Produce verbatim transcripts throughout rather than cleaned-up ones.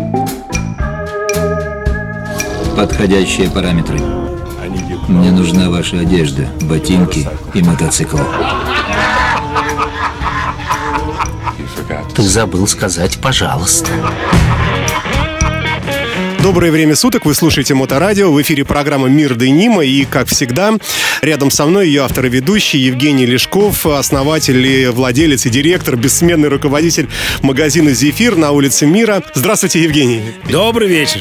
Подходящие параметры. Мне нужна ваша одежда, ботинки и мотоцикл. Ты забыл сказать «пожалуйста». Доброе время суток, вы слушаете Моторадио, в эфире программа «Мир Денима», и, как всегда, рядом со мной ее автор и ведущий Евгений Лешков, основатель и владелец и директор, бессменный руководитель магазина «Зефир» на улице Мира. Здравствуйте, Евгений. Добрый вечер.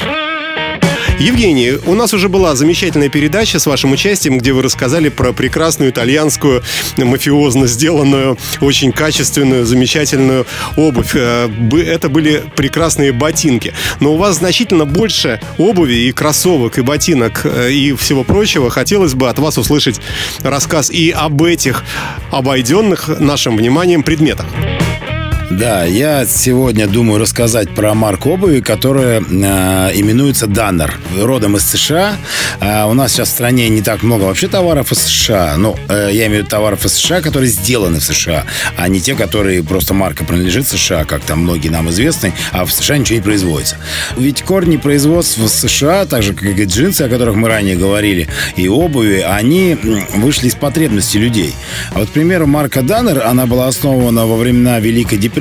Евгений, у нас уже была замечательная передача с вашим участием, где вы рассказали про прекрасную итальянскую, мафиозно сделанную, очень качественную, замечательную обувь. Это были прекрасные ботинки. Но у вас значительно больше обуви и кроссовок, и ботинок, и всего прочего. Хотелось бы от вас услышать рассказ и об этих обойденных нашим вниманием предметах. Да, я сегодня думаю рассказать про марку обуви, которая э, именуется Danner, родом из США. Э, у нас сейчас в стране не так много вообще товаров из США. Ну, э, я имею в виду товаров из США, которые сделаны в США, а не те, которые просто марка принадлежит США, как там многие нам известны, а в США ничего не производится. Ведь корни производства в США, так же, как и джинсы, о которых мы ранее говорили, и обуви, они вышли из потребностей людей. А вот, к примеру, марка Danner, она была основана во времена Великой депрессии,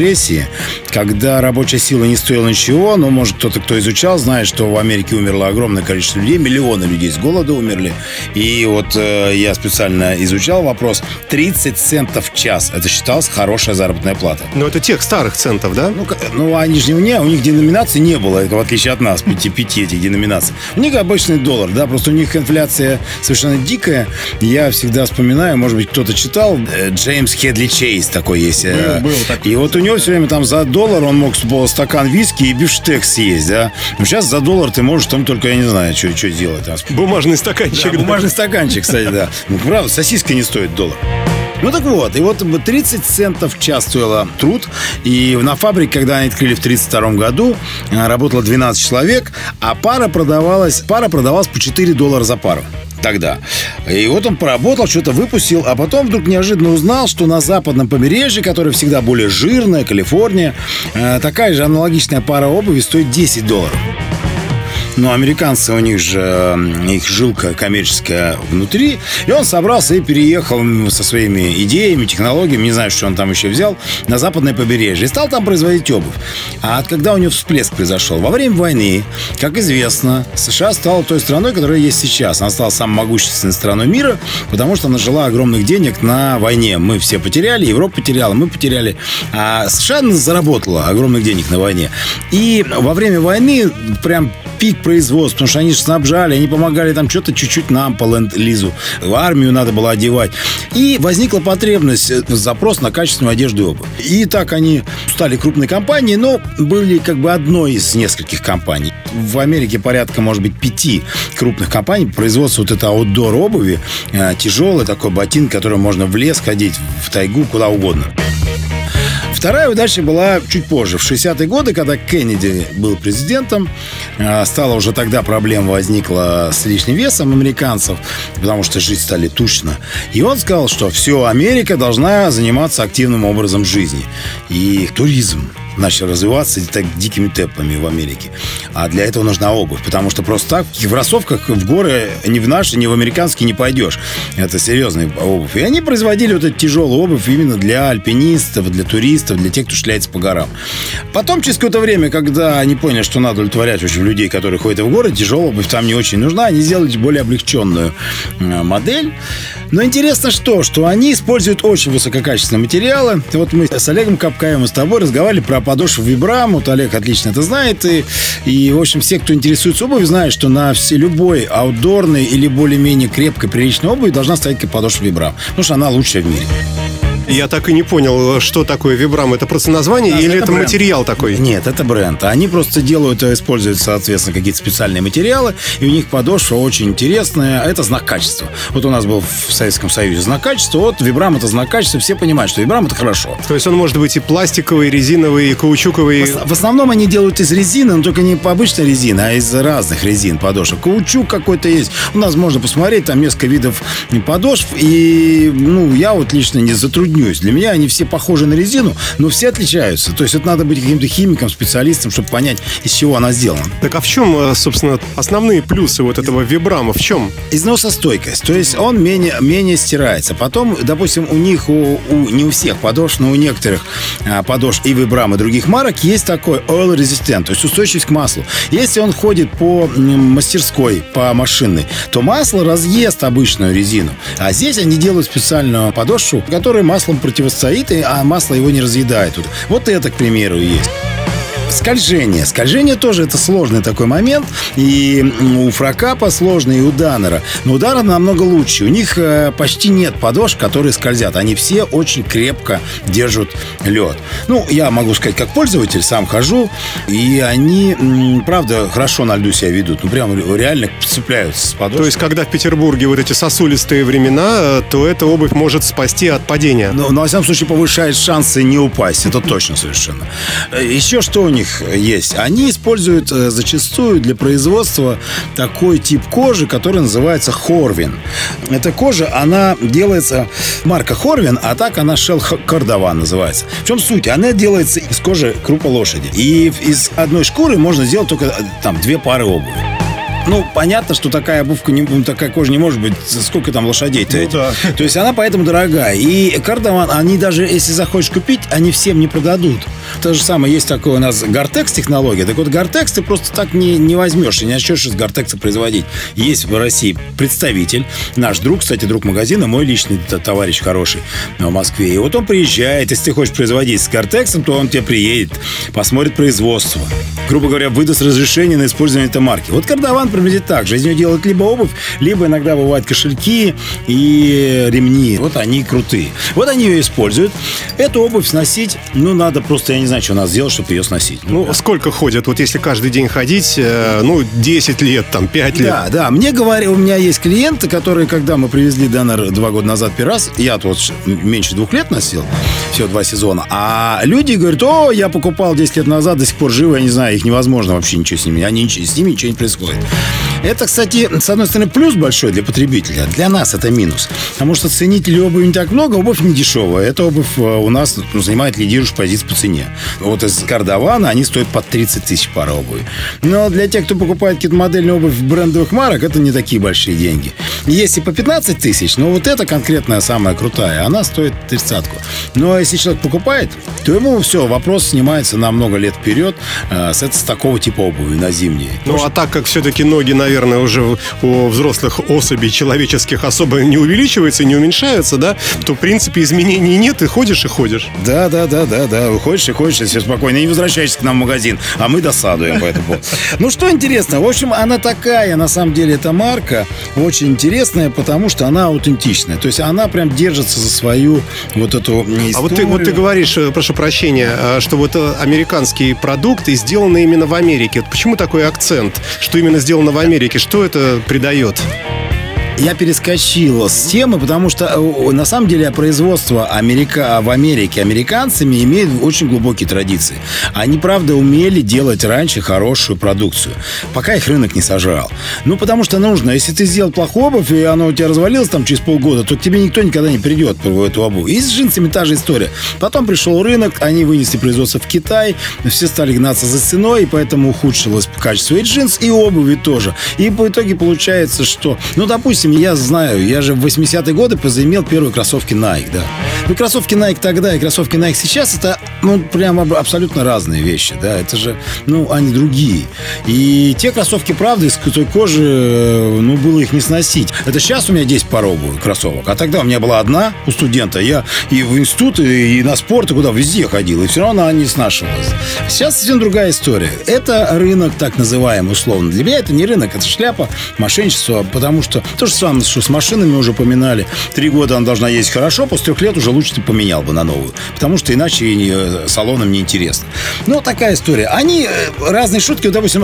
когда рабочая сила не стоила ничего, но, может, кто-то, кто изучал, знает, что в Америке умерло огромное количество людей, миллионы людей с голода умерли. И вот э, я специально изучал вопрос. тридцать центов в час. Это считалось хорошая заработная плата. Но это тех старых центов, да? Ну, ну они же не, у них деноминации не было, в отличие от нас, пяти, пяти этих деноминаций. У них обычный доллар, да, просто у них инфляция совершенно дикая. Я всегда вспоминаю, может быть, кто-то читал, э, Джеймс Хедли Чейз такой есть. Э, был, был такой. И вот у него все время там за доллар он мог стакан виски и бифштекс съесть, да. Но сейчас за доллар ты можешь там только, я не знаю, что, что делать. Там. Бумажный стаканчик. Да, да. Бумажный стаканчик, кстати, да. Ну, правда, сосиска не стоит доллар. Ну так вот, и вот тридцать центов в час стоило труд. И на фабрике, когда они открыли в тридцать втором году, работало двенадцать человек, а пара продавалась, пара продавалась по четыре доллара за пару. Тогда. И вот он поработал, что-то выпустил, а потом вдруг неожиданно узнал, что на западном побережье, которое всегда более жирное, Калифорния, такая же аналогичная пара обуви стоит десять долларов. Но американцы, у них же их жилка коммерческая внутри. И он собрался и переехал со своими идеями, технологиями, не знаю, что он там еще взял, на западное побережье. И стал там производить обувь. А когда у него всплеск произошел? Во время войны, как известно, США стала той страной, которая есть сейчас. Она стала самой могущественной страной мира, потому что она нажила огромных денег на войне. Мы все потеряли, Европа потеряла, мы потеряли. А США заработала огромных денег на войне. И во время войны прям пик производства, потому что они же снабжали, они помогали там что-то чуть-чуть нам по ленд-лизу. В армию надо было одевать. И возникла потребность, запрос на качественную одежду и обувь. И так они стали крупной компанией, но были как бы одной из нескольких компаний. В Америке порядка, может быть, пяти крупных компаний по производству вот этой аутдор обуви. Тяжелый такой ботинок, которым можно в лес ходить, в тайгу, куда угодно. Вторая удача была чуть позже, в шестидесятые годы, когда Кеннеди был президентом. Стала уже тогда проблема возникла с лишним весом американцев, потому что жить стали тучно. И он сказал, что все, Америка должна заниматься активным образом жизни. И туризм начал развиваться так дикими темпами в Америке. А для этого нужна обувь, потому что просто так в кроссовках в горы ни в наши, ни в американские не пойдешь. Это серьезная обувь. И они производили вот эту тяжелую обувь именно для альпинистов, для туристов, для тех, кто шляется по горам. Потом, через какое-то время, когда они поняли, что надо удовлетворять очень людей, которые ходят в горы, тяжелая обувь там не очень нужна, они сделали более облегченную модель. Но интересно что, что они используют очень высококачественные материалы. Вот мы с Олегом Капкаевым и с тобой разговаривали про подошву Vibram. Вот Олег отлично это знает. И, и, в общем, все, кто интересуется обувью, знают, что на все, любой аутдорной или более-менее крепкой, приличной обуви должна стоять подошва Vibram, потому что она лучшая в мире. Я так и не понял, что такое Vibram. Это просто название да, или это, это материал такой? Нет, это бренд. Они просто делают, используют, соответственно, какие-то специальные материалы, и у них подошва очень интересная. Это знак качества. Вот у нас был в Советском Союзе знак качества. Вот Vibram — это знак качества. Все понимают, что Vibram — это хорошо. То есть он может быть и пластиковый, и резиновый, и каучуковый. В основном они делают из резины, но только не по обычной резине, а из разных резин подошв. Каучук какой-то есть. У нас можно посмотреть, там несколько видов подошв. И, ну, я вот лично не затруднен затруднюсь. Для меня они все похожи на резину, но все отличаются. То есть это надо быть каким-то химиком, специалистом, чтобы понять, из чего она сделана. Так а в чем, собственно, основные плюсы вот этого Вибрама? В чем? Износостойкость. То есть он менее, менее стирается. Потом, допустим, у них, у, у, не у всех подошв, но у некоторых а, подошв и Вибрам, и других марок есть такой oil resistant, то есть устойчивость к маслу. Если он ходит по мастерской, по машинной, то масло разъест обычную резину. А здесь они делают специальную подошву, которая маслом противостоит, а масло его не разъедает. Вот это, к примеру, есть. Скольжение. Скольжение тоже это сложный такой момент. И у Фракапа сложный, и у Даннера. Но у Даннера намного лучше. У них почти нет подошв, которые скользят. Они все очень крепко держат лед. Ну, я могу сказать, как пользователь, сам хожу. И они, правда, хорошо на льду себя ведут. Ну, прям реально цепляются с подошвой. То есть, когда в Петербурге вот эти сосулистые времена, то эта обувь может спасти от падения. Ну, но, во всяком случае, повышает шансы не упасть. Это точно совершенно. Еще что у них есть? Они используют э, зачастую для производства такой тип кожи, который называется Хорвин. Эта кожа, она делается, марка Хорвин, а так она Shell Cordovan называется. В чем суть? Она делается из кожи крупа лошади. И из одной шкуры можно сделать только там две пары обуви. Ну, понятно, что такая обувка, не, такая кожа не может быть. Сколько там лошадей-то? Ну, да. То есть она поэтому дорогая. И Cordovan, они даже, если захочешь купить, они всем не продадут. То же самое, есть такое у нас Gore-Tex технология. Так вот, Gore-Tex ты просто так не, не возьмешь и не начнешь из Gore-Tex производить. Есть в России представитель, наш друг, кстати, друг магазина, мой личный товарищ хороший в Москве. И вот он приезжает, если ты хочешь производить с Gore-Tex, то он тебе приедет, посмотрит производство. Грубо говоря, выдаст разрешение на использование этой марки. Вот Cordovan приблизительно так же. Из нее делают либо обувь, либо иногда бывают кошельки и ремни. Вот они крутые. Вот они ее используют. Эту обувь сносить, ну, надо просто, я не знаю, что надо сделать, чтобы ее сносить. Ну, да. Сколько ходят? Вот если каждый день ходить, э, ну, десять лет, там, пять лет. Да, да. Мне говорят, у меня есть клиенты, которые, когда мы привезли Даннер два года назад первый раз, я вот меньше двух лет носил, всего два сезона, а люди говорят, о, я покупал десять лет назад, до сих пор живы, я не знаю, их невозможно вообще ничего с ними, они, с ними ничего не происходит. Это, кстати, с одной стороны, плюс большой для потребителя. Для нас это минус. Потому что ценителей обуви не так много, обувь не дешевая. Эта обувь у нас, ну, занимает лидирующую позицию по цене. Вот из Cordovan они стоят под тридцать тысяч пар обуви. Но для тех, кто покупает какие-то модельные обувь брендовых марок, это не такие большие деньги. Есть и по пятнадцать тысяч, но вот эта конкретная самая крутая, она стоит тридцатку. Но если человек покупает, то ему все, вопрос снимается на много лет вперед э, с, с такого типа обуви на зимние. Ну, Может... а так как все-таки ноги, наверное, уже у взрослых особей человеческих особо не увеличиваются, не уменьшаются, да, то, в принципе, изменений нет, и ходишь, и ходишь. Да, да, да, да, да. Выходишь и ходишь, и все спокойно. И не возвращаешься к нам в магазин, а мы досадуем по этому поводу. Ну, что интересно, в общем, она такая, на самом деле, эта марка очень интересная, потому что она аутентичная. То есть она прям держится за свою вот эту историю. А вот ты, вот ты говоришь, прошу прощения, что вот американский продукт и сделано именно в Америке. Почему такой акцент, что именно сделано в Америке? Что это придает? Я перескочил с темы, потому что на самом деле производство Америка, в Америке американцами имеет очень глубокие традиции. Они, правда, умели делать раньше хорошую продукцию, пока их рынок не сожрал. Ну, потому что нужно, если ты сделал плохую обувь, и она у тебя развалилась там через полгода, то к тебе никто никогда не придет в эту обувь. И с джинсами та же история. Потом пришел рынок, они вынесли производство в Китай, все стали гнаться за ценой, и поэтому ухудшилось качество и джинс, и обуви тоже. И по итоге получается, что, ну, допустим, я знаю, я же в восьмидесятые годы позаимел первые кроссовки Nike, да. Ну, кроссовки Nike тогда и кроссовки Nike сейчас, это, ну, прям абсолютно разные вещи, да. Это же, ну, они другие. И те кроссовки, правда, из той кожи, ну, было их не сносить. Это сейчас у меня десять пар обуви, кроссовок. А тогда у меня была одна у студента. Я и в институт, и на спорт, и куда, везде ходил. И все равно она не снашивалась. Сейчас совсем другая история. Это рынок, так называемый, условно. Для меня это не рынок, это шляпа, мошенничество, потому что то же самое, что с машинами уже поминали. Три года она должна ездить хорошо, после трех лет уже лучше ты поменял бы на новую. Потому что иначе салонам неинтересно. Ну, такая история. Они разные шутки. Вот, допустим,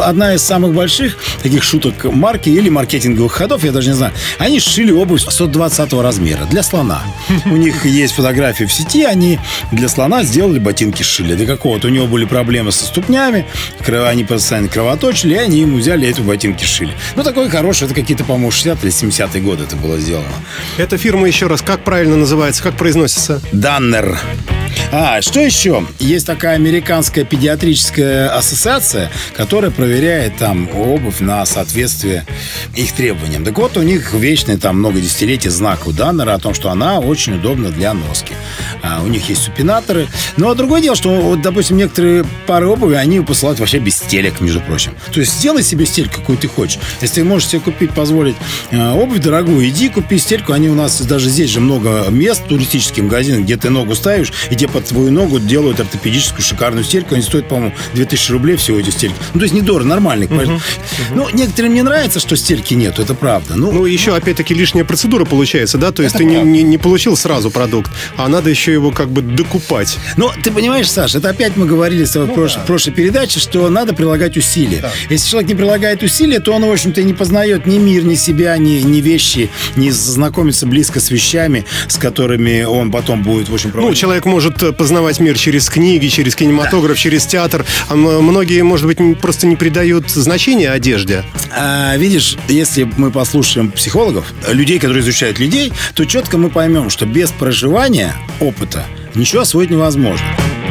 одна из самых больших таких шуток марки или маркетинговых ходов, я даже не знаю. Они сшили обувь сто двадцатого размера для слона. У них есть фотографии в сети, они для слона сделали ботинки, сшили. Для какого-то у него были проблемы со ступнями, они постоянно кровоточили, и они ему взяли эти ботинки, сшили. Ну, такой хороший, это какие-то, по-моему, шестидесятые или семидесятые годы это было сделано. Эта фирма, еще раз, как правильно называется, как произносится? Даннер. А, что еще? Есть такая американская педиатрическая ассоциация, которая проверяет там обувь на соответствие их требованиям. Так вот, у них вечный там много десятилетий знак у Даннера о том, что она очень удобна для носки. А, у них есть супинаторы. Ну, а другое дело, что, вот, допустим, некоторые пары обуви, они посылают вообще без стелек, между прочим. То есть сделай себе стельку, какую ты хочешь. Если ты можешь себе купить, позволить э, обувь дорогую, иди купи стельку. Они у нас даже здесь же много мест, туристических магазинов, где ты ногу ставишь, и тебе под твою ногу делают ортопедическую шикарную стельку. Они стоят, по-моему, две тысячи рублей всего эти стельки. Ну, то есть недорого, нормальных. Uh-huh. Uh-huh. Ну, некоторым не нравится, что стельки нету, это правда. Ну, ну еще, опять-таки, лишняя процедура получается, да? То есть ты не, не, не получил сразу продукт, а надо еще его как бы докупать. Ну, ты понимаешь, Саша, это опять мы говорили с тобой ну, в прош... да. прошлой передаче, что надо прилагать усилия. Да. Если человек не прилагает усилия, то он, в общем-то, не познает ни мир, ни себя, ни, ни вещи, не знакомится близко с вещами, с которыми он потом будет, в общем, проводить. Ну, человек может познавать мир через книги, через кинематограф, да. через театр. А многие, может быть, просто не придают значения одежде. А, видишь, если мы послушаем психологов, людей, которые изучают людей, то четко мы поймем, что без проживания опыта ничего освоить невозможно.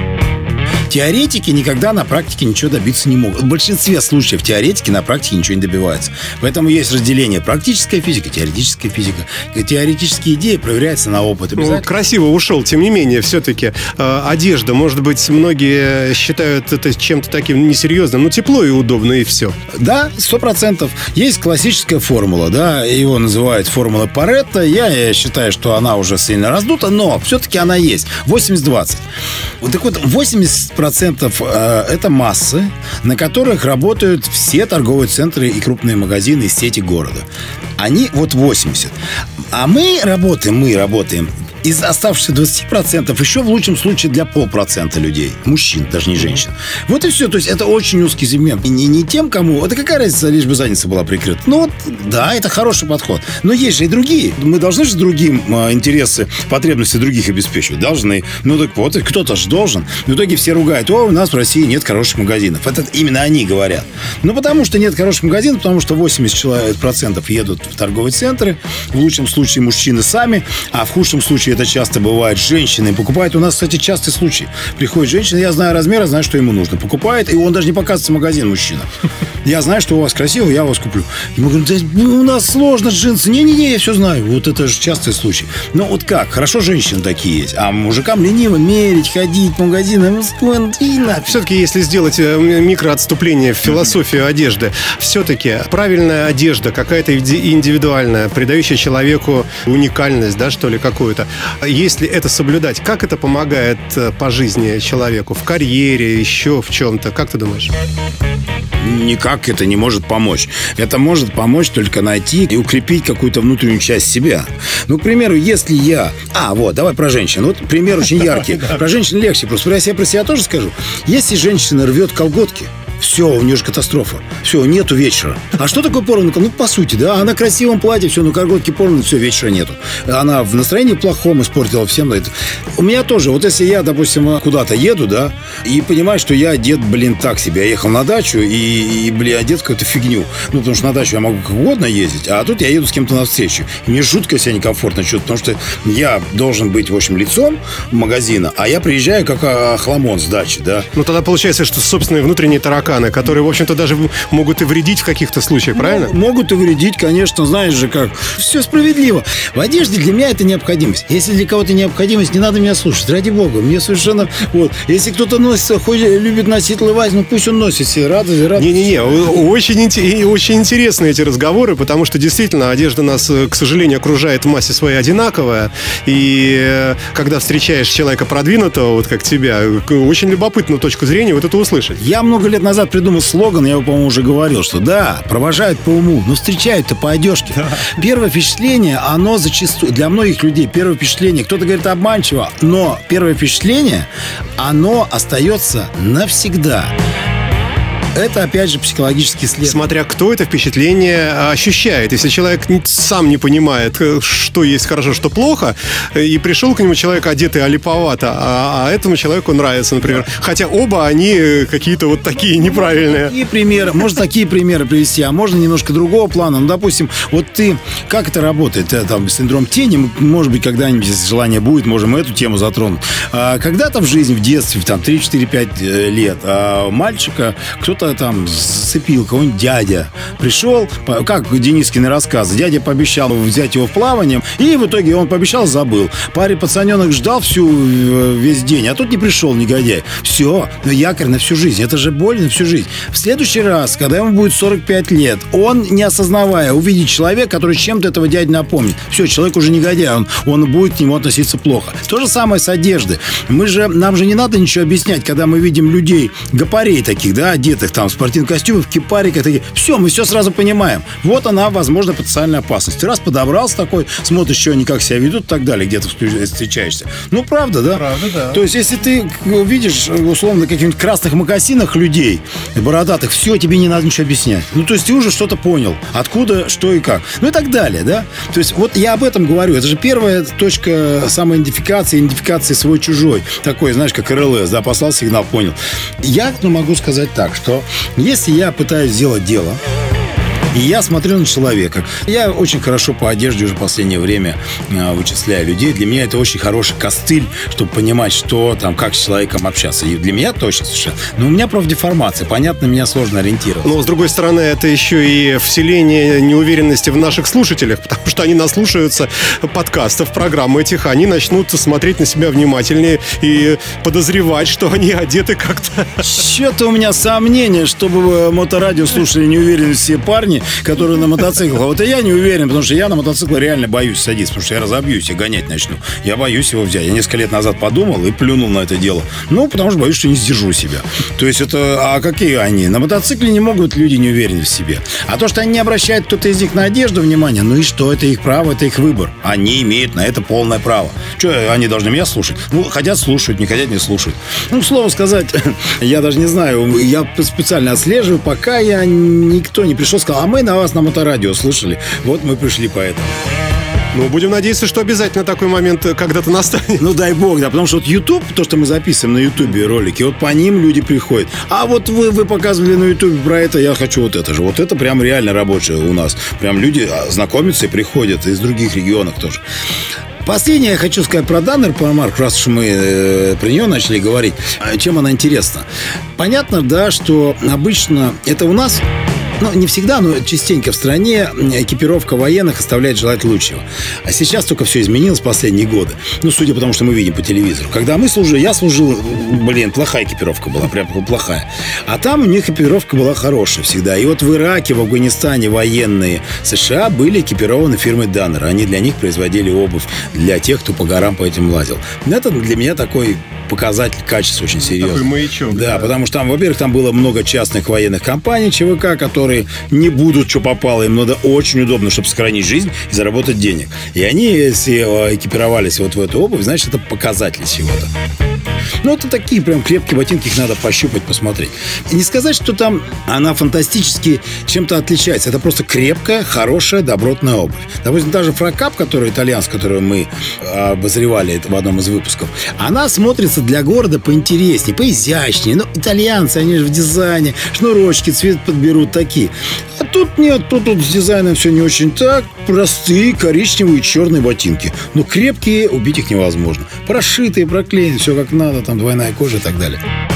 Теоретики никогда на практике ничего добиться не могут. В большинстве случаев теоретики на практике ничего не добиваются. Поэтому есть разделение: практическая физика, теоретическая физика. Теоретические идеи проверяются на опыт. Ну, красиво ушел. Тем не менее, все-таки э, одежда, может быть, многие считают это чем-то таким несерьезным, но тепло и удобно, и все. Да, сто процентов. Есть классическая формула, да, его называют формула Паретта. Я, я считаю, что она уже сильно раздута, но все-таки она есть. восемьдесят двадцать. Вот так вот, восемьдесят процентов это массы, на которых работают все торговые центры и крупные магазины из сети города. Они вот восемьдесят. А мы работаем, мы работаем из оставшихся двадцати процентов еще в лучшем случае для полпроцента людей. Мужчин, даже не женщин. Вот и все. То есть это очень узкий сегмент. И не, не тем, кому... Это какая разница, лишь бы задница была прикрыта. Ну вот, да, это хороший подход. Но есть же и другие. Мы должны же другим а, интересы, потребности других обеспечивать. Должны. Ну так вот, кто-то же должен. В итоге все ругают: о, у нас в России нет хороших магазинов. Это именно они говорят. Ну потому что нет хороших магазинов, потому что восемьдесят процентов едут в торговые центры. В лучшем случае мужчины сами, а в худшем случае это часто бывает женщины. Покупает у нас, кстати, частый случай. Приходит женщина, я знаю размер, знаю, что ему нужно. Покупает, и он даже не показывается в магазин, мужчина. Я знаю, что у вас красиво, я вас куплю. Ему говорят: да, у нас сложно джинсы. Не-не-не, я все знаю. Вот это же частый случай. Ну вот как? Хорошо, женщины такие есть. А мужикам лениво мерить, ходить по магазинам. Все-таки, если сделать микроотступление в философию одежды, все-таки правильная одежда, какая-то индивидуальная, придающая человеку уникальность, да, что ли, какую-то. Если это соблюдать, как это помогает по жизни человеку? В карьере, еще в чем-то? Как ты думаешь? Никак это не может помочь. Это может помочь только найти и укрепить какую-то внутреннюю часть себя. Ну, к примеру, если я... А, вот, давай про женщин. Вот пример очень яркий. Про женщин легче. Просто я себе про себя тоже скажу. Если женщина рвет колготки, все, у нее же катастрофа. Все, нету вечера. А что такое порно? Ну, по сути, да, она в красивом платье, все, ну, колготки порно, все, вечера нету. Она в настроении плохом, испортила всем это. У меня тоже, вот если я, допустим, куда-то еду, да, и понимаю, что я одет, блин, так себе. Я ехал на дачу и, и блин, одет в какую-то фигню. Ну, потому что на дачу я могу как угодно ездить, а тут я еду с кем-то навстречу. И мне жутко себя некомфортно чувствую, потому что я должен быть, в общем, лицом магазина, а я приезжаю как охламон с дачи, да. Ну, тогда получается, что собственные внутренние тараканы, которые, в общем-то, даже могут и вредить в каких-то случаях, правильно? Ну, могут и вредить, конечно, знаешь же как. Все справедливо. В одежде для меня это необходимость. Если для кого-то необходимость, не надо меня слушать, ради бога. Мне совершенно... Вот. Если кто-то носит, ходит, любит носить лывать, ну пусть он носит, все рады, рады. Не-не-не, очень, очень интересны эти разговоры, потому что действительно одежда нас, к сожалению, окружает в массе своей одинаковая. И когда встречаешь человека продвинутого, вот как тебя, очень любопытную точку зрения вот это услышать. Я много лет назад придумал слоган, я его, по-моему, уже говорил, что да, провожают по уму, но встречают-то по одежке. Да. Первое впечатление, оно зачастую, для многих людей, первое впечатление, кто-то говорит обманчиво, но первое впечатление, оно остается навсегда. это, опять же, психологический след. Смотря кто это впечатление ощущает. Если человек сам не понимает, что есть хорошо, что плохо, и пришел к нему человек, одетый олиповато, а, а этому человеку нравится, например. Хотя оба они какие-то вот такие неправильные. Такие примеры, можно такие примеры привести, а можно немножко другого плана. Ну, допустим, вот ты, как это работает, это, там, синдром тени, может быть, когда-нибудь, если желание будет, можем эту тему затронуть. А, когда-то в жизни, в детстве, там, три, четыре, пять лет, а мальчика кто-то там зацепил, кого-нибудь дядя пришел, как Денискины рассказы, дядя пообещал взять его в плавание, и в итоге он пообещал, забыл. Парень пацаненок ждал всю, весь день, а тут не пришел, негодяй. Все, ну якорь на всю жизнь, это же боль на всю жизнь. В следующий раз, когда ему будет сорок пять лет, он, не осознавая, увидит человека, который чем-то этого дядю напомнит. Все, человек уже негодяй, он, он будет к нему относиться плохо. То же самое с одеждой. Мы же, нам же не надо ничего объяснять, когда мы видим людей, гопарей таких, да, одетых там в спортивных костюмах, в кипариках, такие. Все, мы все сразу понимаем. Вот она, возможно, потенциальная опасность. Ты раз подобрался такой, смотришь, что они как себя ведут и так далее, где-то встречаешься. Ну, правда, да? Правда, да. То есть, если ты видишь, условно, каких-нибудь красных мокасинах людей, бородатых, все, тебе не надо ничего объяснять. Ну, то есть, ты уже что-то понял. Откуда, что и как. Ну, и так далее, да? То есть, вот я об этом говорю. Это же первая точка самоидентификации, идентификации свой-чужой. Такой, знаешь, как эр эл эс, да, послал сигнал, понял. Я ну, могу сказать так, что если я пытаюсь сделать дело, и я смотрю на человека. Я очень хорошо по одежде уже в последнее время э, вычисляю людей. Для меня это очень хороший костыль, чтобы понимать, что там, как с человеком общаться. И для меня точно совершенно. Но у меня профдеформация. Понятно, меня сложно ориентировать. Но, с другой стороны, это еще и вселение неуверенности в наших слушателях, потому что они наслушаются подкастов, программ этих, они начнут смотреть на себя внимательнее и подозревать, что они одеты как-то... Что-то у меня сомнение, чтобы моторадио слушали неуверенные все парни, которые на мотоциклах. А вот и я не уверен, потому что я на мотоцикл реально боюсь садиться, потому что я разобьюсь и гонять начну. Я боюсь его взять. Я несколько лет назад подумал и плюнул на это дело. Ну, потому что боюсь, что не сдержу себя. То есть это... А какие они? На мотоцикле не могут люди не уверены в себе. А то, что они не обращают, кто-то из них, на одежду внимания, ну и что? Это их право, это их выбор. Они имеют на это полное право. Что, они должны меня слушать? Ну, хотят слушают, не хотят не слушают. Ну, к слову сказать, я даже не знаю, я специально отслеживаю, пока я никто не пришел, сказал, а мы на вас на моторадио слышали. Вот мы пришли поэтому. Ну, будем надеяться, что обязательно такой момент когда-то настанет. Ну, дай бог, да, потому что вот YouTube, то, что мы записываем на YouTube ролики, вот по ним люди приходят. А вот вы, вы показывали на YouTube про это, я хочу вот это же. Вот это прям реально рабочее у нас. Прям люди знакомятся и приходят из других регионов тоже. Последнее я хочу сказать про Даннер, про марку, раз уж мы э, про нее начали говорить. Чем она интересна? Понятно, да, что обычно это у нас... Ну, не всегда, но частенько в стране экипировка военных оставляет желать лучшего. А сейчас только все изменилось в последние годы. Ну, судя по тому, что мы видим по телевизору. Когда мы служили, я служил, блин, плохая экипировка была, прям плохая. А там у них экипировка была хорошая всегда. И вот в Ираке, в Афганистане военные США были экипированы фирмой Даннер. Они для них производили обувь для тех, кто по горам по этим лазил. Это для меня такой показатель качества очень серьезный. Такой маячок. Да, да, потому что там, во-первых, там было много частных военных компаний ЧВК, которые не будут, что попало. Им надо очень удобно, чтобы сохранить жизнь и заработать денег. И они, если экипировались вот в эту обувь, значит, это показатель чего-то. Ну, это такие прям крепкие ботинки, их надо пощупать, посмотреть. И не сказать, что там она фантастически чем-то отличается. Это просто крепкая, хорошая, добротная обувь. Допустим, даже фракап, который итальянский, которую мы обозревали в одном из выпусков, она смотрится для города поинтереснее, поизящнее. Ну, итальянцы, они же в дизайне, шнурочки, цвет подберут такие. А тут нет, тут, тут с дизайном все не очень так. Простые коричневые и черные ботинки. Но крепкие, убить их невозможно. Прошитые, проклеены, все как надо, там двойная кожа и так далее.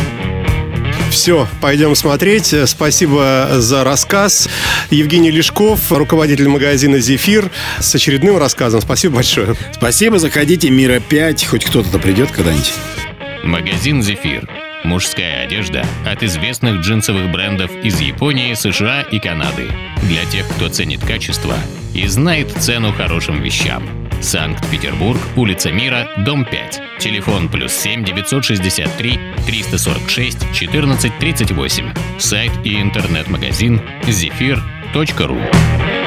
Все, пойдем смотреть. Спасибо за рассказ. Евгений Лешков, руководитель магазина «Зефир», с очередным рассказом. Спасибо большое. Спасибо, заходите, Мира пять, хоть кто-то придет когда-нибудь. Магазин «Зефир». Мужская одежда от известных джинсовых брендов из Японии, США и Канады. Для тех, кто ценит качество и знает цену хорошим вещам. Санкт-Петербург, улица Мира, дом пять. Телефон плюс семь девятьсот шестьдесят три триста сорок шесть четырнадцать тридцать восемь. Сайт и интернет-магазин зефир точка ру.